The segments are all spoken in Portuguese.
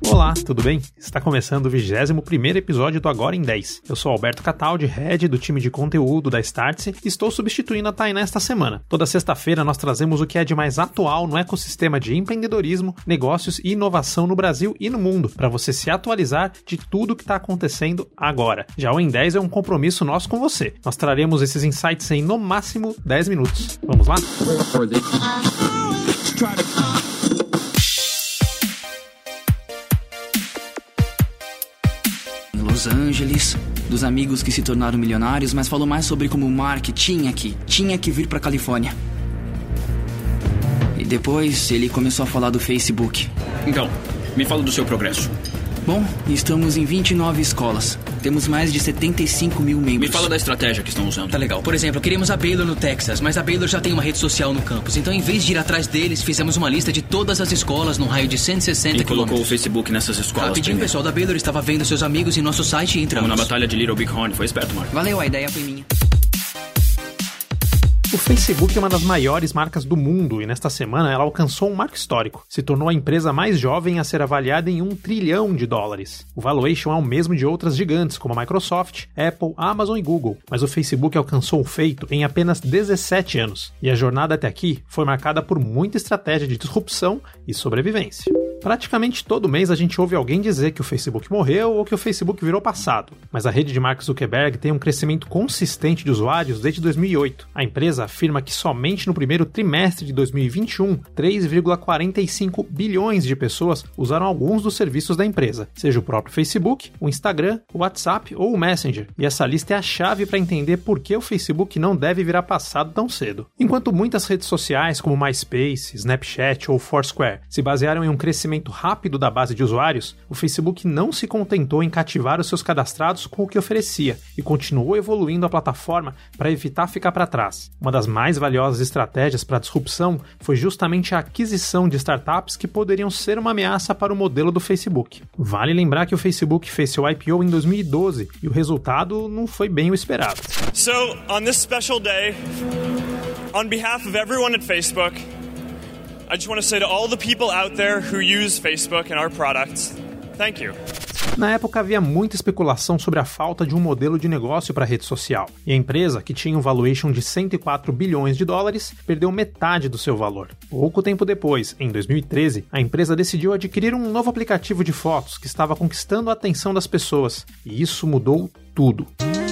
Olá, tudo bem? Está começando o 21º episódio do Agora em 10. Eu sou Alberto Cataldi, head do time de conteúdo da Startse e estou substituindo a Tainá esta semana. Toda sexta-feira nós trazemos o que é de mais atual no ecossistema de empreendedorismo, negócios e inovação no Brasil e no mundo, para você se atualizar de tudo o que está acontecendo agora. Já o Em 10 é um compromisso nosso com você. Nós traremos esses insights em no máximo 10 minutos. Vamos lá? Los Angeles, dos amigos que se tornaram milionários, mas falou mais sobre como o Mark tinha que vir pra Califórnia. E depois ele começou a falar do Facebook. Então, me fala do seu progresso. Bom, estamos em 29 escolas. Temos mais de 75 mil membros. Me fala da estratégia que estão usando. Tá legal. Por exemplo, queríamos a Baylor no Texas, mas a Baylor já tem uma rede social no campus. Então, em vez de ir atrás deles, fizemos uma lista de todas as escolas num raio de 160 e colocou o Facebook nessas escolas. Rapidinho, o pessoal da Baylor estava vendo seus amigos em nosso site e entramos. Como na batalha de Little Bighorn. Foi esperto, Mark. Valeu, a ideia foi minha. O Facebook é uma das maiores marcas do mundo e nesta semana ela alcançou um marco histórico. Se tornou a empresa mais jovem a ser avaliada em $1 trilhão. O valuation é o mesmo de outras gigantes como a Microsoft, Apple, Amazon e Google, mas o Facebook alcançou o feito em apenas 17 anos. E a jornada até aqui foi marcada por muita estratégia de disrupção e sobrevivência. Praticamente todo mês a gente ouve alguém dizer que o Facebook morreu ou que o Facebook virou passado. Mas a rede de Mark Zuckerberg tem um crescimento consistente de usuários desde 2008. A empresa afirma que somente no primeiro trimestre de 2021, 3,45 bilhões de pessoas usaram alguns dos serviços da empresa, seja o próprio Facebook, o Instagram, o WhatsApp ou o Messenger. E essa lista é a chave para entender por que o Facebook não deve virar passado tão cedo. Enquanto muitas redes sociais como MySpace, Snapchat ou Foursquare se basearam em um crescimento rápido da base de usuários, o Facebook não se contentou em cativar os seus cadastrados com o que oferecia e continuou evoluindo a plataforma para evitar ficar para trás. Uma das mais valiosas estratégias para a disrupção foi justamente a aquisição de startups que poderiam ser uma ameaça para o modelo do Facebook. Vale lembrar que o Facebook fez seu IPO em 2012 e o resultado não foi bem o esperado. So, on this special day, on behalf of everyone at Facebook, I just want to say to all the people out there who use Facebook and our products, thank you. Na época havia muita especulação sobre a falta de um modelo de negócio para a rede social, e a empresa, que tinha um valuation de $104 bilhões, perdeu metade do seu valor. Pouco tempo depois, em 2013, a empresa decidiu adquirir um novo aplicativo de fotos que estava conquistando a atenção das pessoas, e isso mudou tudo.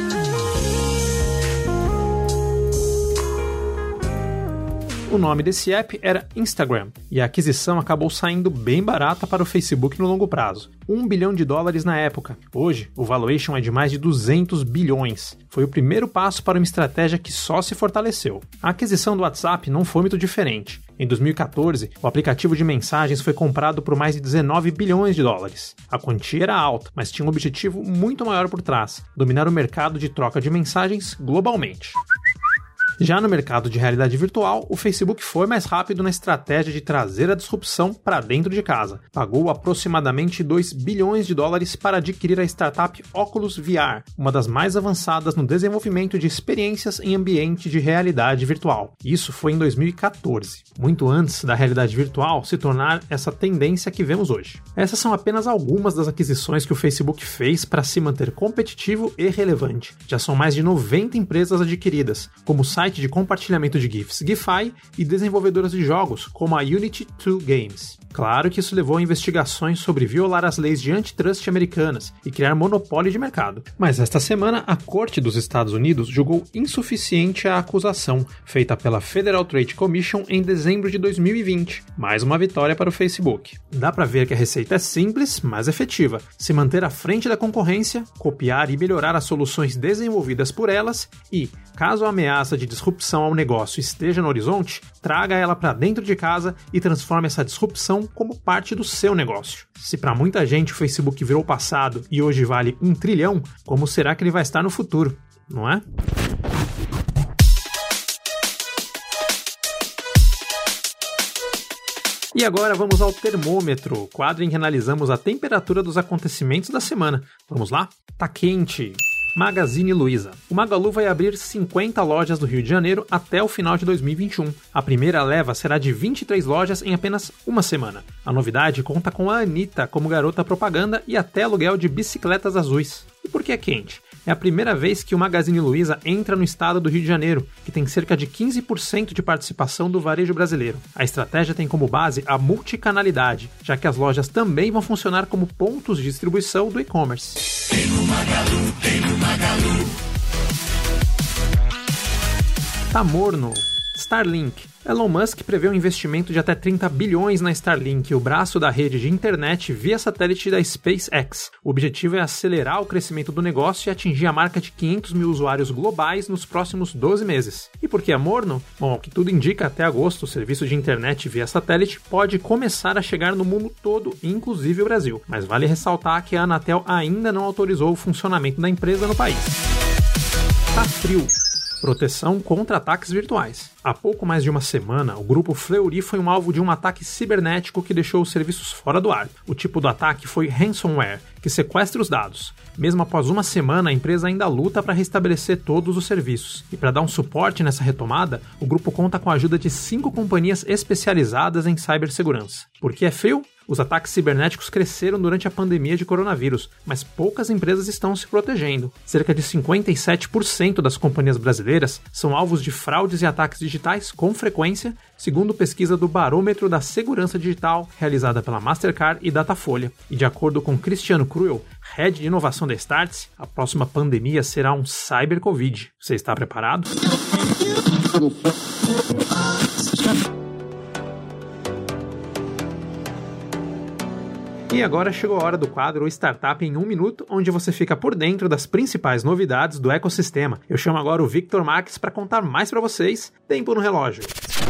O nome desse app era Instagram, e a aquisição acabou saindo bem barata para o Facebook no longo prazo. $1 bilhão na época. Hoje, o valuation é de mais de 200 bilhões. Foi o primeiro passo para uma estratégia que só se fortaleceu. A aquisição do WhatsApp não foi muito diferente. Em 2014, o aplicativo de mensagens foi comprado por mais de $19 bilhões. A quantia era alta, mas tinha um objetivo muito maior por trás: dominar o mercado de troca de mensagens globalmente. Já no mercado de realidade virtual, o Facebook foi mais rápido na estratégia de trazer a disrupção para dentro de casa. Pagou aproximadamente $2 bilhões para adquirir a startup Oculus VR, uma das mais avançadas no desenvolvimento de experiências em ambiente de realidade virtual. Isso foi em 2014, muito antes da realidade virtual se tornar essa tendência que vemos hoje. Essas são apenas algumas das aquisições que o Facebook fez para se manter competitivo e relevante. Já são mais de 90 empresas adquiridas, como o site de compartilhamento de GIFs Gify e desenvolvedoras de jogos como a Unity 2 Games. Claro que isso levou a investigações sobre violar as leis de antitrust americanas e criar monopólio de mercado. Mas esta semana, a Corte dos Estados Unidos julgou insuficiente a acusação feita pela Federal Trade Commission em dezembro de 2020. Mais uma vitória para o Facebook. Dá para ver que a receita é simples, mas efetiva. Se manter à frente da concorrência, copiar e melhorar as soluções desenvolvidas por elas e, caso a ameaça de disrupção ao negócio esteja no horizonte, traga ela para dentro de casa e transforme essa disrupção como parte do seu negócio. Se para muita gente o Facebook virou passado e hoje vale $1 trilhão, como será que ele vai estar no futuro, não é? E agora vamos ao termômetro, quadro em que analisamos a temperatura dos acontecimentos da semana. Vamos lá? Tá quente! Magazine Luiza. O Magalu vai abrir 50 lojas do Rio de Janeiro até o final de 2021. A primeira leva será de 23 lojas em apenas uma semana. A novidade conta com a Anitta como garota propaganda e até aluguel de bicicletas azuis. E por que é quente? É a primeira vez que o Magazine Luiza entra no estado do Rio de Janeiro, que tem cerca de 15% de participação do varejo brasileiro. A estratégia tem como base a multicanalidade, já que as lojas também vão funcionar como pontos de distribuição do e-commerce. Tem no Magalu, tem no Magalu. Tá morno. Starlink. Elon Musk prevê um investimento de até 30 bilhões na Starlink, o braço da rede de internet via satélite da SpaceX. O objetivo é acelerar o crescimento do negócio e atingir a marca de 500 mil usuários globais nos próximos 12 meses. E por que é morno? Bom, o que tudo indica, até agosto, o serviço de internet via satélite pode começar a chegar no mundo todo, inclusive o Brasil. Mas vale ressaltar que a Anatel ainda não autorizou o funcionamento da empresa no país. Tá frio. Proteção contra ataques virtuais. Há pouco mais de uma semana, o grupo Fleury foi um alvo de um ataque cibernético que deixou os serviços fora do ar. O tipo do ataque foi ransomware, que sequestra os dados. Mesmo após uma semana, a empresa ainda luta para restabelecer todos os serviços. E para dar um suporte nessa retomada, o grupo conta com a ajuda de 5 companhias especializadas em cibersegurança. Por que é frio? Os ataques cibernéticos cresceram durante a pandemia de coronavírus, mas poucas empresas estão se protegendo. Cerca de 57% das companhias brasileiras são alvos de fraudes e ataques digitais com frequência, segundo pesquisa do Barômetro da Segurança Digital, realizada pela Mastercard e Datafolha. E de acordo com Cristiano Cruel, head de inovação da Startse, a próxima pandemia será um cyber-covid. Você está preparado? E agora chegou a hora do quadro Startup em 1 Minuto, onde você fica por dentro das principais novidades do ecossistema. Eu chamo agora o Victor Marques para contar mais para vocês. Tempo no relógio.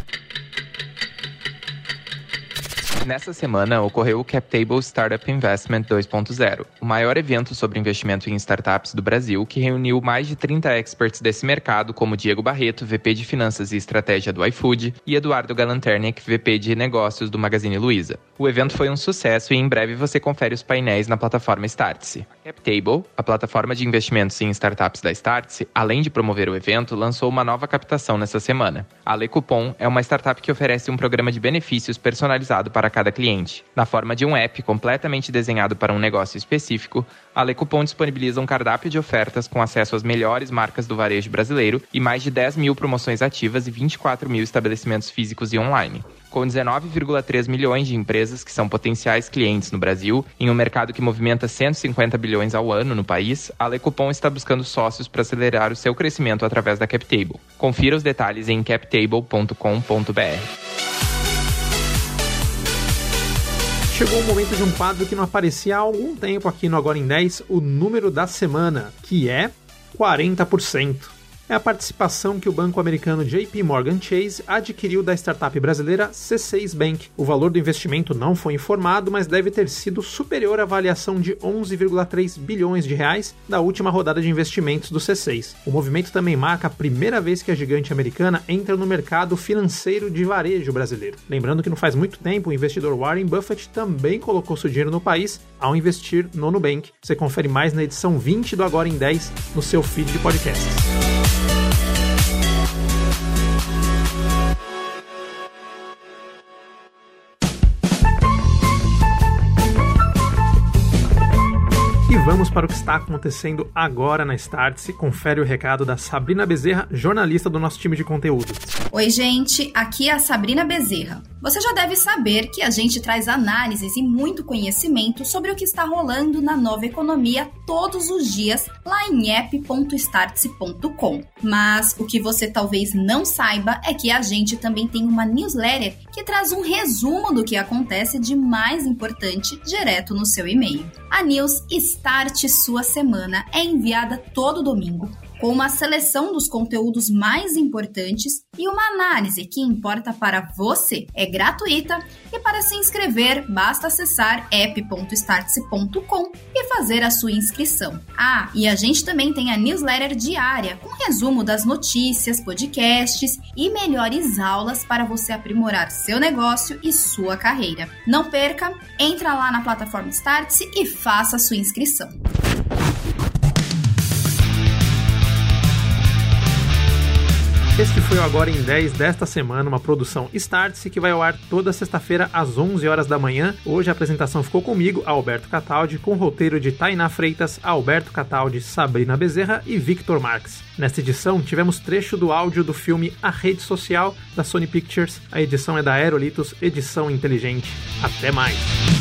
Nessa semana, ocorreu o CapTable Startup Investment 2.0, o maior evento sobre investimento em startups do Brasil, que reuniu mais de 30 experts desse mercado, como Diego Barreto, VP de Finanças e Estratégia do iFood, e Eduardo Galanternick, VP de Negócios do Magazine Luiza. O evento foi um sucesso e em breve você confere os painéis na plataforma Startse. A CapTable, a plataforma de investimentos em startups da Startse, além de promover o evento, lançou uma nova captação nessa semana. A Lecupom é uma startup que oferece um programa de benefícios personalizado para cada cliente. Na forma de um app completamente desenhado para um negócio específico, a Lecupom disponibiliza um cardápio de ofertas com acesso às melhores marcas do varejo brasileiro e mais de 10 mil promoções ativas e 24 mil estabelecimentos físicos e online. Com 19,3 milhões de empresas que são potenciais clientes no Brasil, em um mercado que movimenta 150 bilhões ao ano no país, a Lecupom está buscando sócios para acelerar o seu crescimento através da CapTable. Confira os detalhes em captable.com.br. Chegou o momento de um quadro que não aparecia há algum tempo aqui no Agora em 10, o número da semana, que é 40%. É a participação que o banco americano JP Morgan Chase adquiriu da startup brasileira C6 Bank. O valor do investimento não foi informado, mas deve ter sido superior à avaliação de 11,3 bilhões de reais da última rodada de investimentos do C6. O movimento também marca a primeira vez que a gigante americana entra no mercado financeiro de varejo brasileiro. Lembrando que não faz muito tempo o investidor Warren Buffett também colocou seu dinheiro no país ao investir no Nubank. Você confere mais na edição 20 do Agora em 10 no seu feed de podcasts. Vamos para o que está acontecendo agora na Startse. Confere o recado da Sabrina Bezerra, jornalista do nosso time de conteúdo. Oi, gente, aqui é a Sabrina Bezerra. Você já deve saber que a gente traz análises e muito conhecimento sobre o que está rolando na nova economia todos os dias lá em app.startse.com. Mas o que você talvez não saiba é que a gente também tem uma newsletter que traz um resumo do que acontece de mais importante direto no seu e-mail. A news Start Sua Semana é enviada todo domingo, com uma seleção dos conteúdos mais importantes e uma análise que importa para você. É gratuita e para se inscrever basta acessar app.startse.com e fazer a sua inscrição. Ah, e a gente também tem a newsletter diária com resumo das notícias, podcasts e melhores aulas para você aprimorar seu negócio e sua carreira. Não perca, entra lá na plataforma Startse e faça a sua inscrição. Este foi o Agora em 10 desta semana, uma produção Startse que vai ao ar toda sexta-feira às 11 horas da manhã. Hoje a apresentação ficou comigo, Alberto Cataldi, com roteiro de Tainá Freitas, Alberto Cataldi, Sabrina Bezerra e Victor Marques. Nesta edição tivemos trecho do áudio do filme A Rede Social, da Sony Pictures. A edição é da Aerolitos Edição Inteligente. Até mais!